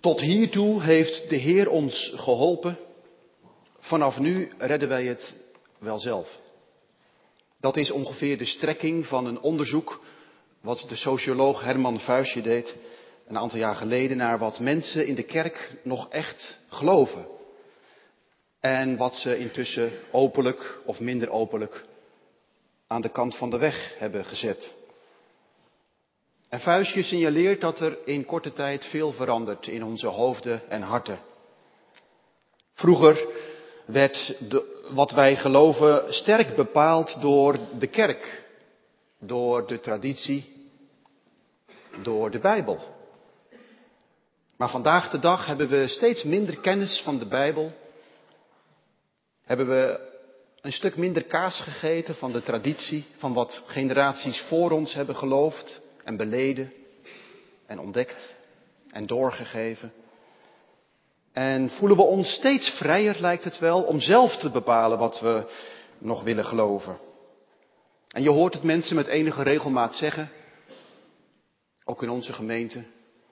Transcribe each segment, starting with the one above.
Tot hiertoe heeft de Heer ons geholpen. Vanaf nu redden wij het wel zelf. Dat is ongeveer de strekking van een onderzoek wat de socioloog Herman Vuijsje deed een aantal jaar geleden naar wat mensen in de kerk nog echt geloven. En wat ze intussen openlijk of minder openlijk aan de kant van de weg hebben gezet. En Vuijsje signaleert dat er in korte tijd veel verandert in onze hoofden en harten. Vroeger werd wat wij geloven sterk bepaald door de kerk, door de traditie, door de Bijbel. Maar vandaag de dag hebben we steeds minder kennis van de Bijbel. Hebben we een stuk minder kaas gegeten van de traditie, van wat generaties voor ons hebben geloofd en beleden en ontdekt en doorgegeven. En voelen we ons steeds vrijer, lijkt het wel, om zelf te bepalen wat we nog willen geloven. En je hoort het mensen met enige regelmaat zeggen, ook in onze gemeente,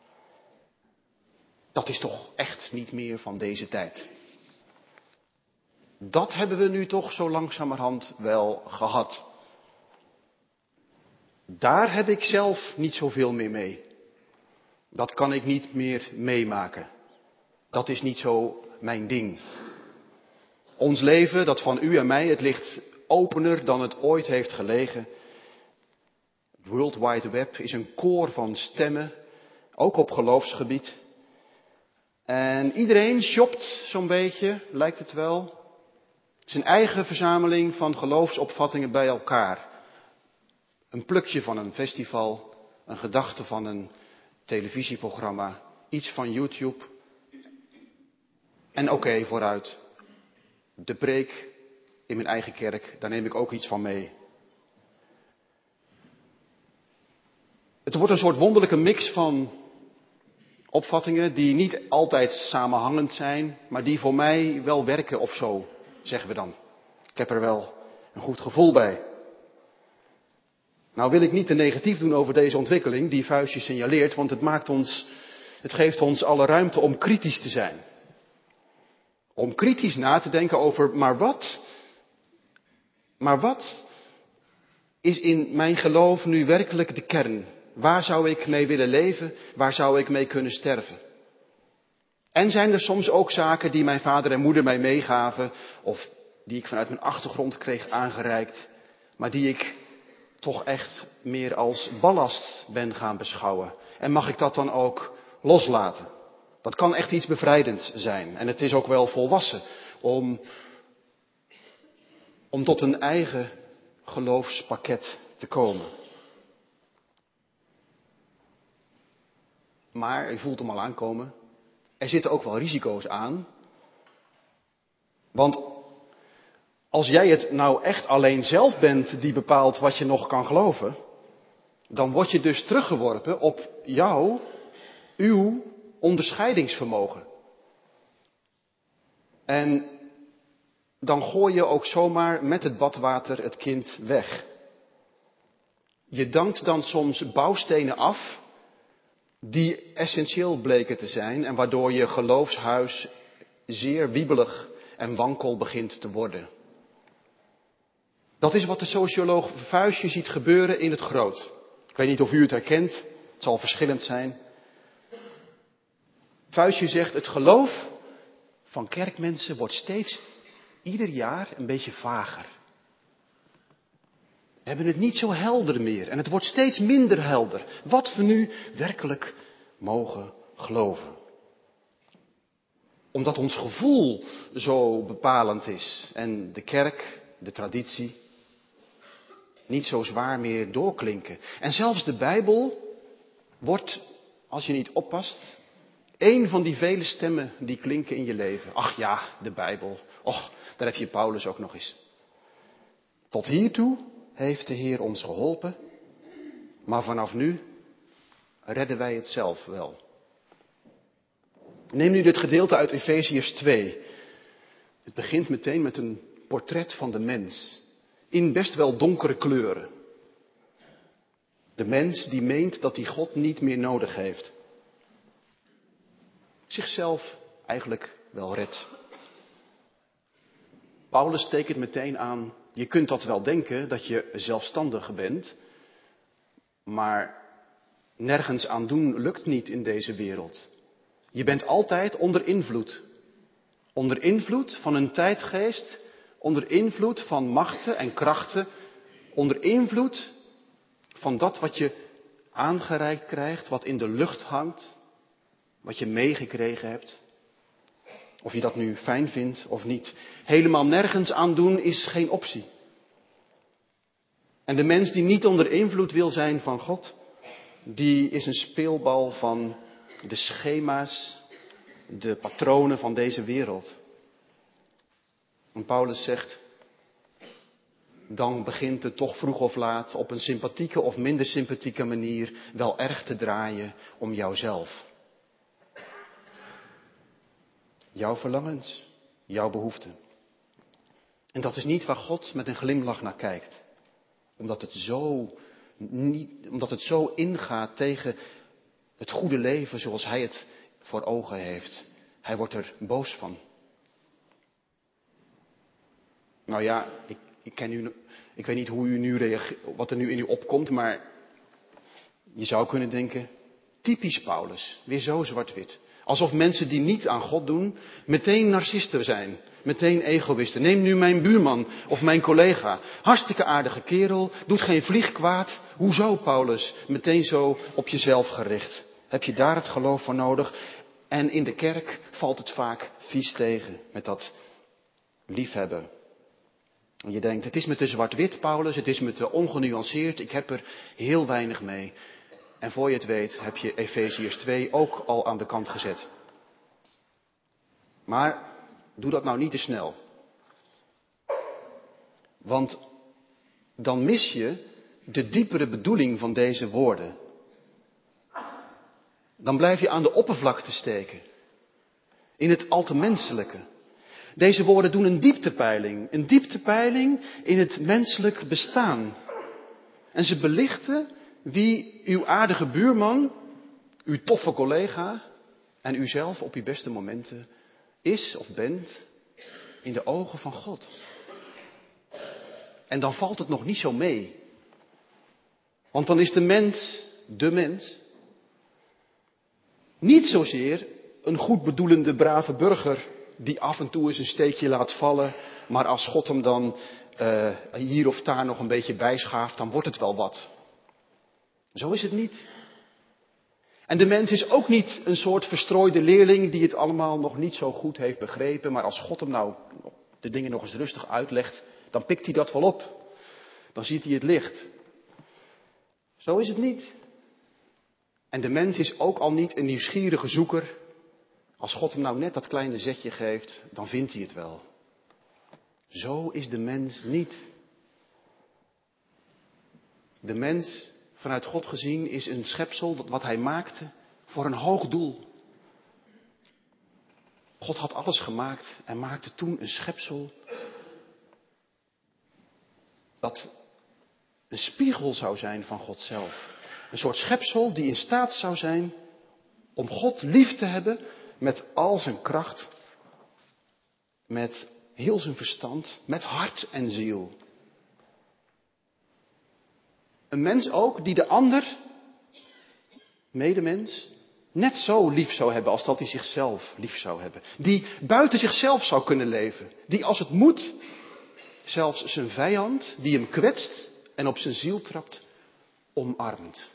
dat is toch echt niet meer van deze tijd. Dat hebben we nu toch zo langzamerhand wel gehad. Daar heb ik zelf niet zoveel meer mee. Dat kan ik niet meer meemaken. Dat is niet zo mijn ding. Ons leven, dat van u en mij, het ligt opener dan het ooit heeft gelegen. Het World Wide Web is een koor van stemmen, ook op geloofsgebied. En iedereen shopt zo'n beetje, lijkt het wel, zijn eigen verzameling van geloofsopvattingen bij elkaar. Een plukje van een festival, een gedachte van een televisieprogramma, iets van YouTube. En oké, vooruit. De preek in mijn eigen kerk, daar neem ik ook iets van mee. Het wordt een soort wonderlijke mix van opvattingen die niet altijd samenhangend zijn, maar die voor mij wel werken of zo, zeggen we dan. Ik heb er wel een goed gevoel bij. Nou wil ik niet te negatief doen over deze ontwikkeling die Vuijsje signaleert, want het geeft ons alle ruimte om kritisch te zijn. Om kritisch na te denken over, maar wat is in mijn geloof nu werkelijk de kern? Waar zou ik mee willen leven? Waar zou ik mee kunnen sterven? En zijn er soms ook zaken die mijn vader en moeder mij meegaven, of die ik vanuit mijn achtergrond kreeg aangereikt, maar die ik toch echt meer als ballast ben gaan beschouwen? En mag ik dat dan ook loslaten? Dat kan echt iets bevrijdends zijn. En het is ook wel volwassen om tot een eigen geloofspakket te komen. Maar, u voelt hem al aankomen, er zitten ook wel risico's aan. Want als jij het nou echt alleen zelf bent die bepaalt wat je nog kan geloven, dan word je dus teruggeworpen op uw onderscheidingsvermogen. En dan gooi je ook zomaar met het badwater het kind weg. Je dankt dan soms bouwstenen af die essentieel bleken te zijn en waardoor je geloofshuis zeer wiebelig en wankel begint te worden. Dat is wat de socioloog Vuijsje ziet gebeuren in het groot. Ik weet niet of u het herkent, het zal verschillend zijn. Vuijsje zegt, het geloof van kerkmensen wordt steeds, ieder jaar, een beetje vager. We hebben het niet zo helder meer en het wordt steeds minder helder wat we nu werkelijk mogen geloven. Omdat ons gevoel zo bepalend is en de kerk, de traditie, niet zo zwaar meer doorklinken. En zelfs de Bijbel wordt, als je niet oppast, één van die vele stemmen die klinken in je leven. Ach ja, de Bijbel. Och, daar heb je Paulus ook nog eens. Tot hiertoe heeft de Heer ons geholpen, maar vanaf nu redden wij het zelf wel. Neem nu dit gedeelte uit Efeziërs 2. Het begint meteen met een portret van de mens. In best wel donkere kleuren. De mens die meent dat hij God niet meer nodig heeft. zichzelf eigenlijk wel redt. Paulus tekent meteen aan, je kunt dat wel denken, dat je zelfstandige bent, maar nergens aan doen lukt niet in deze wereld. Je bent altijd onder invloed. Onder invloed van een tijdgeest, onder invloed van machten en krachten, onder invloed van dat wat je aangereikt krijgt, wat in de lucht hangt, wat je meegekregen hebt. Of je dat nu fijn vindt of niet. Helemaal nergens aan doen is geen optie. En de mens die niet onder invloed wil zijn van God, die is een speelbal van de schema's, de patronen van deze wereld. En Paulus zegt, dan begint het toch vroeg of laat op een sympathieke of minder sympathieke manier wel erg te draaien om jouzelf. Jouw verlangens, jouw behoeften. En dat is niet waar God met een glimlach naar kijkt. Omdat het zo ingaat tegen het goede leven zoals hij het voor ogen heeft. Hij wordt er boos van. Nou ja, ik weet niet hoe u nu reageert, wat er nu in u opkomt, maar je zou kunnen denken, typisch Paulus, weer zo zwart-wit. Alsof mensen die niet aan God doen, meteen narcisten zijn, meteen egoïsten. Neem nu mijn buurman of mijn collega, hartstikke aardige kerel, doet geen vlieg kwaad. Hoezo Paulus, meteen zo op jezelf gericht? Heb je daar het geloof voor nodig? En in de kerk valt het vaak vies tegen met dat liefhebben. En je denkt, het is me te zwart-wit, Paulus, het is me te ongenuanceerd, ik heb er heel weinig mee. En voor je het weet heb je Efeziërs 2 ook al aan de kant gezet. Maar doe dat nou niet te snel. Want dan mis je de diepere bedoeling van deze woorden. Dan blijf je aan de oppervlakte steken. In het al te menselijke. Deze woorden doen een dieptepeiling. Een dieptepeiling in het menselijk bestaan. En ze belichten wie uw aardige buurman, uw toffe collega en uzelf op uw beste momenten is of bent in de ogen van God. En dan valt het nog niet zo mee. Want dan is de mens, niet zozeer een goed bedoelende brave burger die af en toe eens een steekje laat vallen, maar als God hem dan hier of daar nog een beetje bijschaaft, dan wordt het wel wat. Zo is het niet. En de mens is ook niet een soort verstrooide leerling die het allemaal nog niet zo goed heeft begrepen, maar als God hem nou de dingen nog eens rustig uitlegt, dan pikt hij dat wel op. Dan ziet hij het licht. Zo is het niet. En de mens is ook al niet een nieuwsgierige zoeker. Als God hem nou net dat kleine zetje geeft, dan vindt hij het wel. Zo is de mens niet. De mens, vanuit God gezien, is een schepsel wat hij maakte voor een hoog doel. God had alles gemaakt en maakte toen een schepsel dat een spiegel zou zijn van God zelf. Een soort schepsel die in staat zou zijn om God lief te hebben met al zijn kracht, met heel zijn verstand, met hart en ziel. Een mens ook die de ander, medemens, net zo lief zou hebben als dat hij zichzelf lief zou hebben. Die buiten zichzelf zou kunnen leven. Die als het moet, zelfs zijn vijand, die hem kwetst en op zijn ziel trapt, omarmt.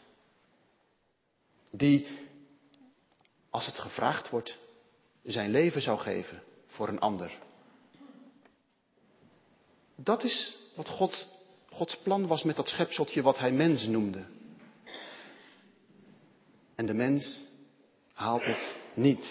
Die, als het gevraagd wordt, zijn leven zou geven voor een ander. Dat is wat Gods plan was met dat schepseltje wat hij mens noemde. En de mens haalt het niet.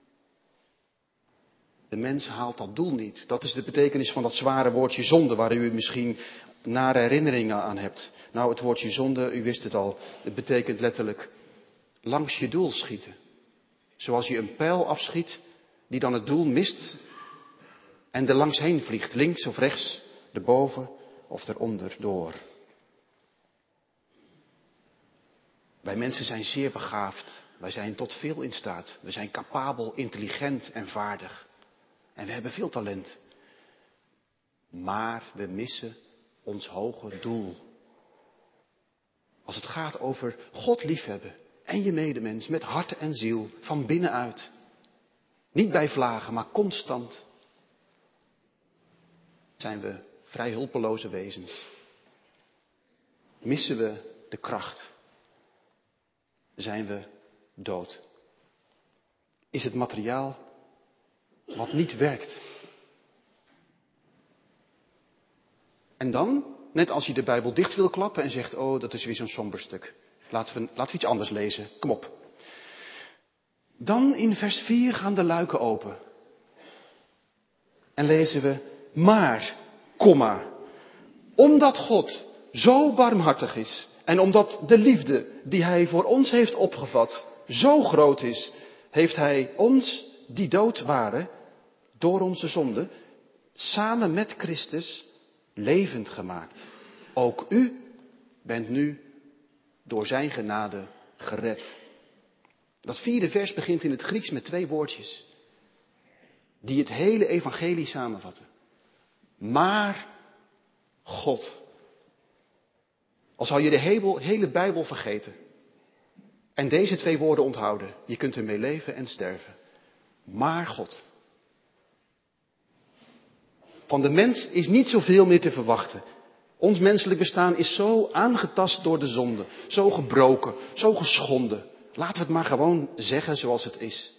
De mens haalt dat doel niet. Dat is de betekenis van dat zware woordje zonde, waar u misschien nare herinneringen aan hebt. Nou, het woordje zonde, u wist het al, het betekent letterlijk langs je doel schieten. Zoals je een pijl afschiet die dan het doel mist en er langs heen vliegt, links of rechts, erboven of eronder door. Wij mensen zijn zeer begaafd Wij zijn tot veel in staat. We zijn capabel, intelligent en vaardig. En we hebben veel talent. Maar we missen ons hoge doel. Als het gaat over God liefhebben en je medemens met hart en ziel, van binnenuit. Niet bij vlagen, maar constant. Zijn we vrij hulpeloze wezens. Missen we de kracht. Zijn we dood. Is het materiaal wat niet werkt. En dan, net als je de Bijbel dicht wil klappen en zegt, oh, dat is weer zo'n somber stuk. Laten we iets anders lezen. Kom op. Dan in vers 4 gaan de luiken open. En lezen we, maar, omdat God zo barmhartig is en omdat de liefde die hij voor ons heeft opgevat zo groot is, heeft hij ons, die dood waren, door onze zonde, samen met Christus levend gemaakt. Ook u bent nu door zijn genade gered. Dat 4e vers begint in het Grieks met 2 woordjes. Die het hele evangelie samenvatten. Maar God. Al zou je de hele Bijbel vergeten. En deze 2 woorden onthouden. Je kunt ermee leven en sterven. Maar God. Van de mens is niet zoveel meer te verwachten. Ons menselijk bestaan is zo aangetast door de zonde. Zo gebroken, zo geschonden. Laten we het maar gewoon zeggen zoals het is.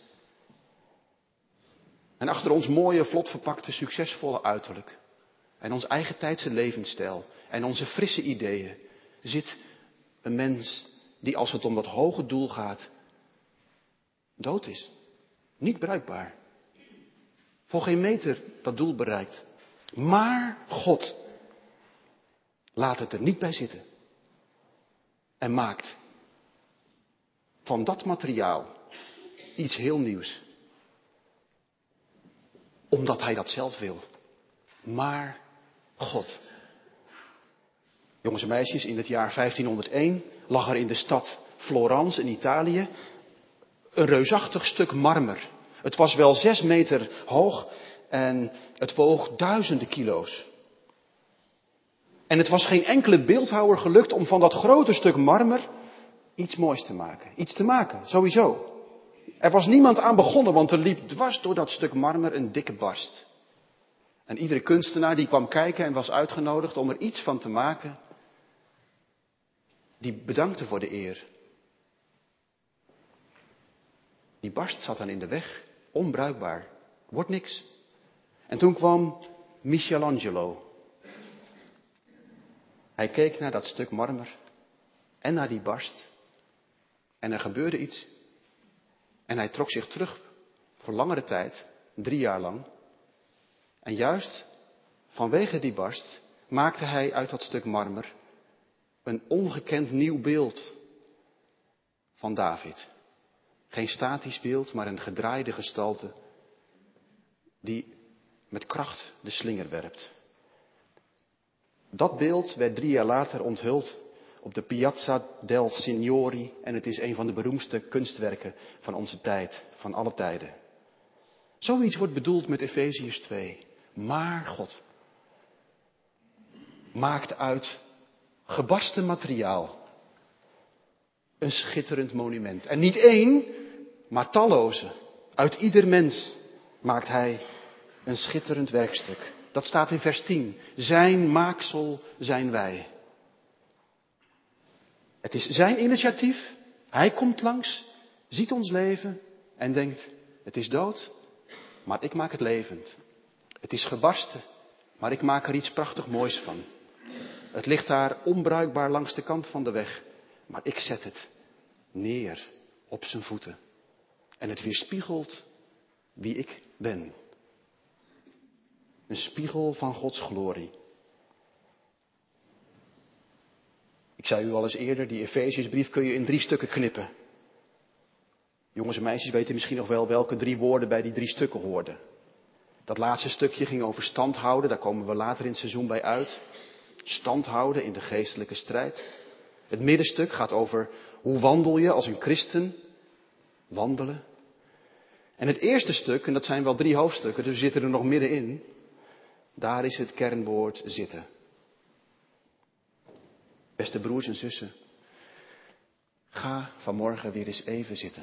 En achter ons mooie, vlot verpakte, succesvolle uiterlijk. En ons eigen tijdse levensstijl. En onze frisse ideeën. Zit een mens die als het om dat hoge doel gaat, dood is. Niet bruikbaar. Voor geen meter dat doel bereikt. Maar God laat het er niet bij zitten. En maakt van dat materiaal iets heel nieuws. Omdat hij dat zelf wil. Maar God. Jongens en meisjes, in het jaar 1501 lag er in de stad Florence in Italië een reusachtig stuk marmer. Het was wel 6 meter hoog en het woog duizenden kilo's. En het was geen enkele beeldhouwer gelukt om van dat grote stuk marmer iets moois te maken. Iets te maken, sowieso. Er was niemand aan begonnen, want er liep dwars door dat stuk marmer een dikke barst. En iedere kunstenaar die kwam kijken en was uitgenodigd om er iets van te maken, die bedankte voor de eer. Die barst zat dan in de weg, onbruikbaar, wordt niks. En toen kwam Michelangelo. Hij keek naar dat stuk marmer en naar die barst. En er gebeurde iets. En hij trok zich terug voor langere tijd, 3 jaar lang. En juist vanwege die barst maakte hij uit dat stuk marmer een ongekend nieuw beeld van David. Geen statisch beeld, maar een gedraaide gestalte die met kracht de slinger werpt. Dat beeld werd 3 jaar later onthuld op de Piazza del Signori en het is een van de beroemdste kunstwerken van onze tijd, van alle tijden. Zoiets wordt bedoeld met Efeziërs 2. Maar God maakt uit gebarsten materiaal een schitterend monument. En niet 1, maar talloze. Uit ieder mens maakt hij een schitterend werkstuk. Dat staat in vers 10. Zijn maaksel zijn wij. Het is zijn initiatief. Hij komt langs, ziet ons leven en denkt, het is dood, maar ik maak het levend. Het is gebarsten, maar ik maak er iets prachtig moois van. Het ligt daar onbruikbaar langs de kant van de weg, maar ik zet het neer op zijn voeten. En het weerspiegelt wie ik ben. Een spiegel van Gods glorie. Ik zei u al eens eerder, die Efeziërsbrief kun je in 3 stukken knippen. Jongens en meisjes weten misschien nog wel welke 3 woorden bij die 3 stukken hoorden. Dat laatste stukje ging over stand houden, daar komen we later in het seizoen bij uit. Stand houden in de geestelijke strijd. Het middenstuk gaat over hoe wandel je als een christen wandelen. En het eerste stuk, en dat zijn wel 3 hoofdstukken, dus we zitten er nog middenin. Daar is het kernwoord zitten. Beste broers en zussen, ga vanmorgen weer eens even zitten.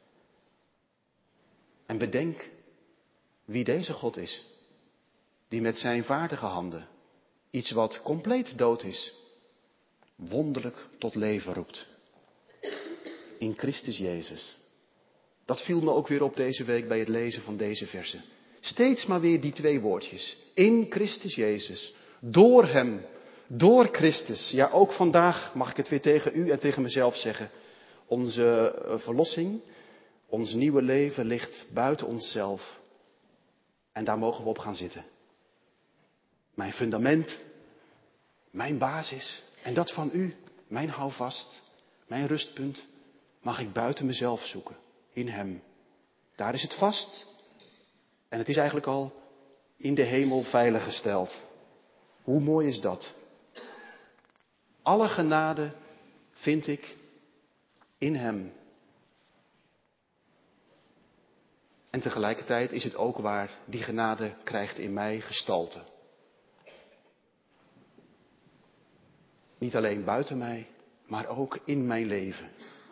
En bedenk wie deze God is. Die met zijn vaardige handen iets wat compleet dood is, wonderlijk tot leven roept. In Christus Jezus. Dat viel me ook weer op deze week bij het lezen van deze versen. Steeds maar weer die 2 woordjes. In Christus Jezus. Door Hem. Door Christus. Ja, ook vandaag mag ik het weer tegen u en tegen mezelf zeggen. Onze verlossing, ons nieuwe leven ligt buiten onszelf. En daar mogen we op gaan zitten. Mijn fundament, mijn basis en dat van u, mijn houvast, mijn rustpunt, mag ik buiten mezelf zoeken. In Hem. Daar is het vast. En het is eigenlijk al in de hemel veilig gesteld. Hoe mooi is dat? Alle genade vind ik in Hem. En tegelijkertijd is het ook waar, die genade krijgt in mij gestalte. Niet alleen buiten mij, maar ook in mijn leven.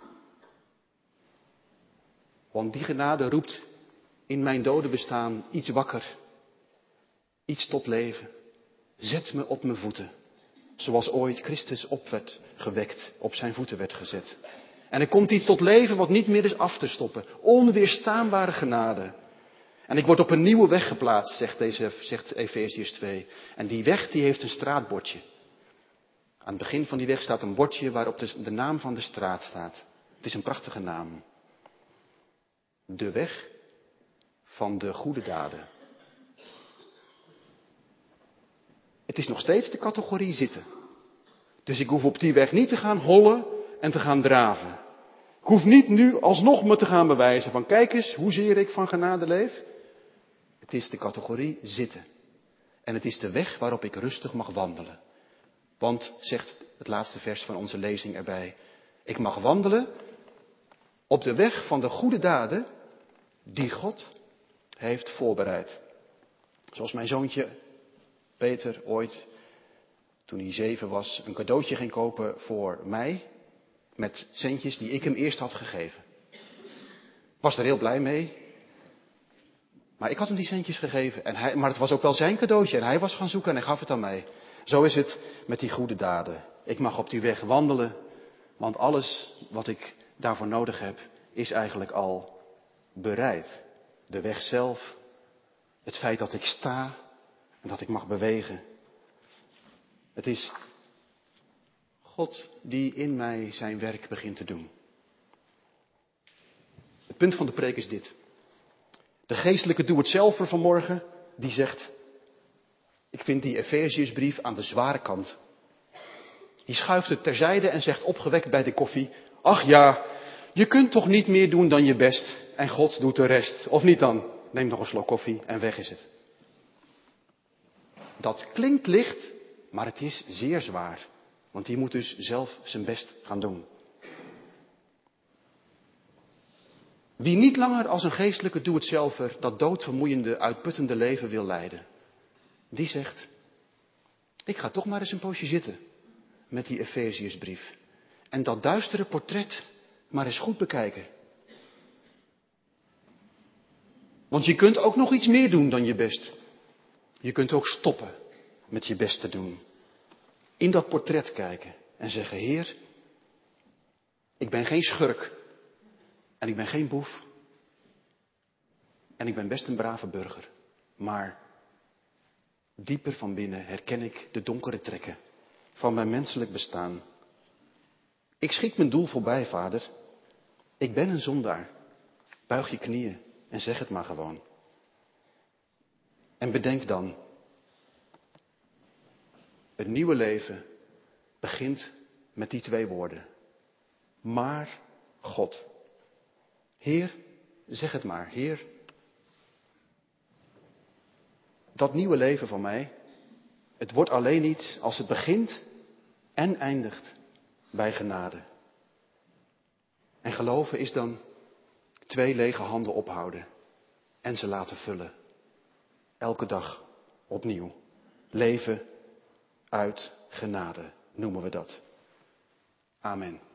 Want die genade roept in mijn dode bestaan iets wakker. Iets tot leven. Zet me op mijn voeten. Zoals ooit Christus op werd gewekt, op zijn voeten werd gezet. En er komt iets tot leven wat niet meer is af te stoppen. Onweerstaanbare genade. En ik word op een nieuwe weg geplaatst, zegt Efeziërs 2. En die weg die heeft een straatbordje. Aan het begin van die weg staat een bordje waarop de naam van de straat staat. Het is een prachtige naam. De weg van de goede daden. Het is nog steeds de categorie zitten. Dus ik hoef op die weg niet te gaan hollen en te gaan draven. Ik hoef niet nu alsnog me te gaan bewijzen van kijk eens hoezeer ik van genade leef. Het is de categorie zitten. En het is de weg waarop ik rustig mag wandelen. Want, zegt het laatste vers van onze lezing erbij, ik mag wandelen op de weg van de goede daden die God heeft voorbereid. Zoals mijn zoontje Peter ooit, toen hij 7 was, een cadeautje ging kopen voor mij. Met centjes die ik hem eerst had gegeven. Ik was er heel blij mee. Maar ik had hem die centjes gegeven. Maar het was ook wel zijn cadeautje. En hij was gaan zoeken en hij gaf het aan mij. Zo is het met die goede daden. Ik mag op die weg wandelen. Want alles wat ik daarvoor nodig heb, is eigenlijk al bereid. De weg zelf. Het feit dat ik sta. En dat ik mag bewegen. Het is God die in mij zijn werk begint te doen. Het punt van de preek is dit. De geestelijke doe-het-zelver vanmorgen, die zegt, ik vind die Efeziërsbrief aan de zware kant. Die schuift het terzijde en zegt opgewekt bij de koffie, ach ja, je kunt toch niet meer doen dan je best en God doet de rest. Of niet dan? Neem nog een slok koffie en weg is het. Dat klinkt licht, maar het is zeer zwaar. Want die moet dus zelf zijn best gaan doen. Wie niet langer als een geestelijke doe-het-zelver dat doodvermoeiende, uitputtende leven wil leiden. Die zegt, ik ga toch maar eens een poosje zitten met die Efeziërsbrief. En dat duistere portret maar eens goed bekijken. Want je kunt ook nog iets meer doen dan je best. Je kunt ook stoppen met je best te doen. In dat portret kijken en zeggen, Heer, ik ben geen schurk en ik ben geen boef en ik ben best een brave burger. Maar dieper van binnen herken ik de donkere trekken van mijn menselijk bestaan. Ik schiet mijn doel voorbij, Vader. Ik ben een zondaar. Buig je knieën en zeg het maar gewoon. En bedenk dan, het nieuwe leven begint met die 2 woorden. Maar God. Heer, zeg het maar, Heer. Dat nieuwe leven van mij, het wordt alleen iets als het begint en eindigt bij genade. En geloven is dan 2 lege handen ophouden en ze laten vullen. Elke dag opnieuw. Leven uit genade noemen we dat. Amen.